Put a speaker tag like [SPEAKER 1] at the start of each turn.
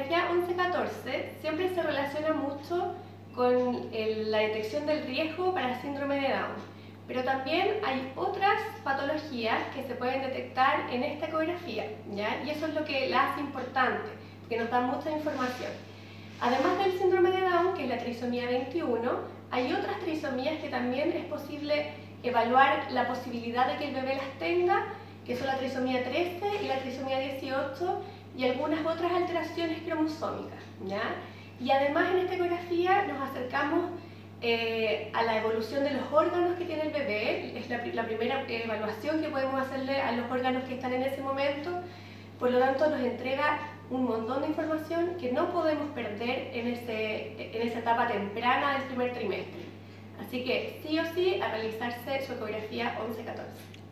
[SPEAKER 1] ecografía 11-14 siempre se relaciona mucho con la detección del riesgo para síndrome de Down, pero también hay otras patologías que se pueden detectar en esta ecografía, ¿ya? Y eso es lo que la hace importante, que nos da mucha información. Además del síndrome de Down, que es la trisomía 21, hay otras trisomías que también es posible evaluar la posibilidad de que el bebé las tenga, que son la trisomía 13 y la trisomía 18 y algunas otras alteraciones cromosómicas, ¿ya? Y además en esta ecografía nos acercamos a la evolución de los órganos que tiene el bebé. Es la primera evaluación que podemos hacerle a los órganos que están en ese momento. Por lo tanto, nos entrega un montón de información que no podemos perder en esa etapa temprana del primer trimestre. Así que sí o sí a realizarse su ecografía 11-14.